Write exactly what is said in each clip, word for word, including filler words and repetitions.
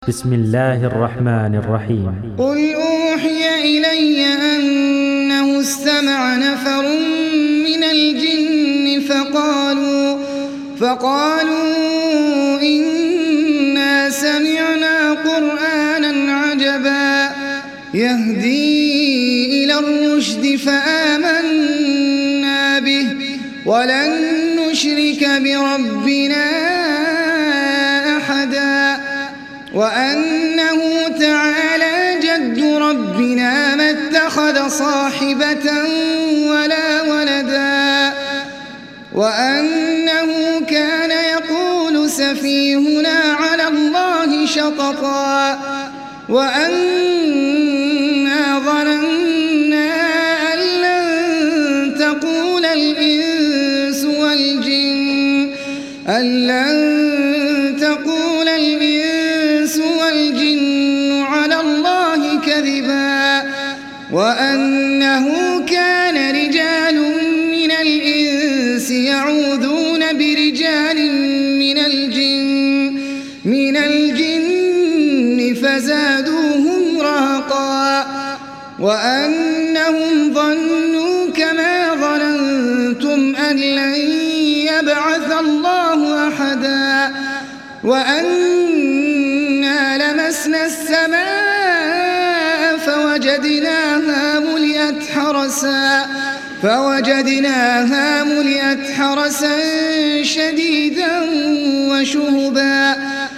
بسم الله الرحمن الرحيم. قل أوحي إلي أنه استمع نفر من الجن فقالوا فقالوا إنا سمعنا قرآنا عجبا يهدي إلى الرشد فآمنا به ولن نشرك بربنا أحدا وأنه تعالى جد ربنا ما اتخذ صاحبة ولا ولدا وأنه كان يقول سفيهنا على الله شططا وأنا ظننا أن لن تقول الإنس والجن أن لن تقول الإنس والجن على الله كذبا وأنه كان رجال من الإنس يعوذون برجال من الجن من الجن فزادوهم رهقا وأنهم ظنوا كما ظننتم أن لن يبعث الله أحدا وأنا لمسنا السماء فوجدناها ملئت حرسا فوجدناها ملئت حرسا شديدا وشهبا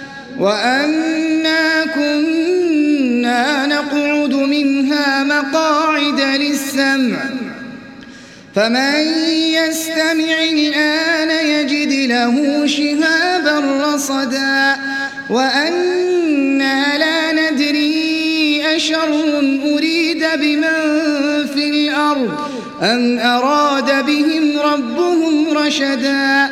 وأنا كنا نقعد منها مقاعد للسمع فمن يستمع الآن يجد له شهابا رصدا وأنا لا ندري أشر أريد بمن في الأرض أم أراد بهم ربهم رشدا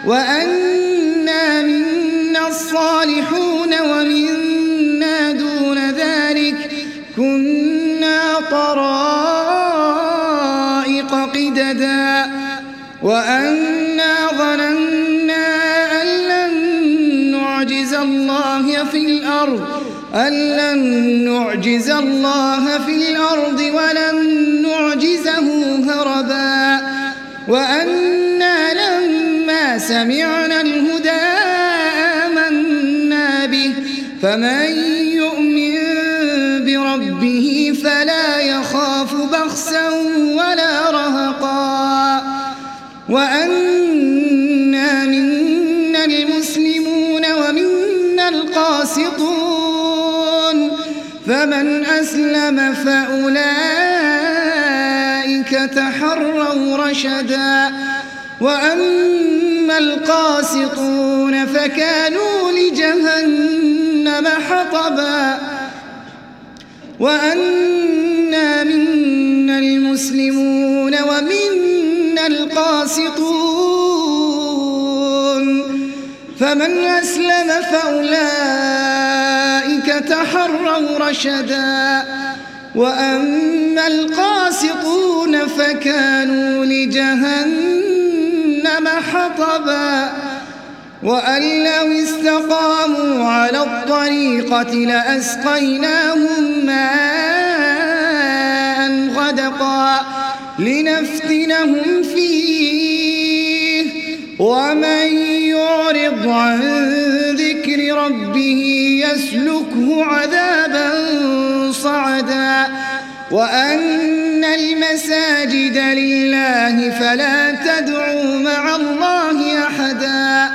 وأنا منا الصالحون ومنا دون ذلك كنا طرائق قددا وأنا ظننا أن لن نعجز الله في الأرض أن لن نعجز الله في الأرض ولن نعجزه هربا وأنا لما سمعنا الهدى آمنا به فمن يؤمن بربه فلا يخاف بخسا ولا رهقا وأنا منا المسلمون ومنا القاسطون فمن أسلم فأولئك تحروا رشدا وأما القاسطون فكانوا لجهنم حطبا وأنا منا المسلمون ومنا القاسطون فمن أسلم فأولئك تحروا رشدا وأما القاسطون فكانوا لجهنم حطبا وأن لو استقاموا على الطريقة لأسقيناهم ماء غدقا لنفتنهم فيه ومن يعرض عن ذكر ربه يسلكه عذابا صعدا وأن المساجد لله فلا تدعوا مع الله أحدا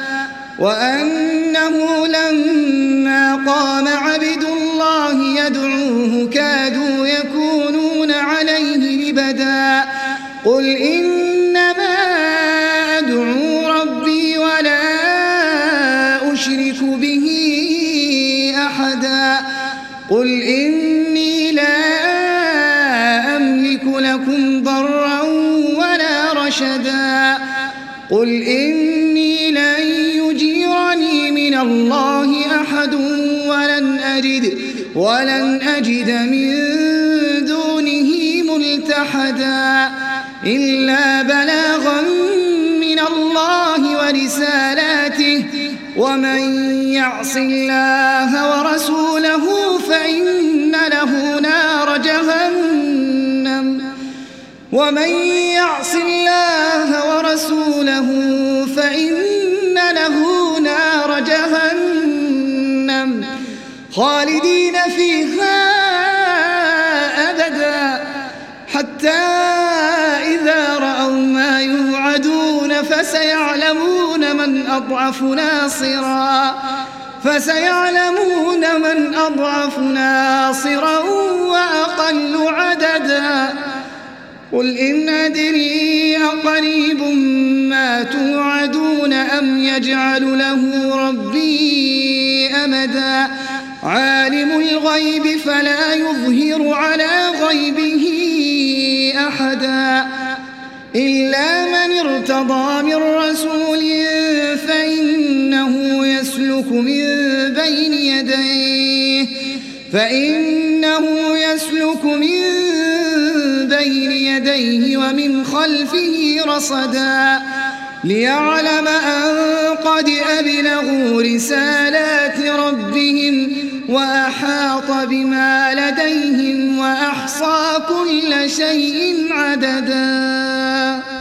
وأنه لما قام عبد الله يدعوه كادوا يكونون عليه لبدا قل إنما أدعو ربي ولا أشرك به أحدا قل إني لا أملك لكم ضرا ولا رشدا قل إني لن يجيرني من الله أحد ولن أجد ولن أجد من دونه ملتحدا إلا بلاغا من الله ورسالاته ومن يعص الله ورسوله فإن له نار جهنم ومن يعص الله ورسوله فإن له نار جهنم خالدين فيها أبدا حتى إذا رأوا ما يوعدون فسيعلمون من أضعف ناصرا فسيعلمون من أضعف ناصرا وأقل عددا قل إن أدري أقريب ما توعدون أم يجعل له ربي أمدا عالم الغيب فلا يظهر على غيبه أحدا إلا من ارتضى من رسول فإنه يسلك من بين يديه فإنه يسلك من بين يديه ومن خلفه رصدا ليعلم أن قد أبلغوا رسالات ربهم وأحاط بما لديهم وأحصى كل شيء عددا.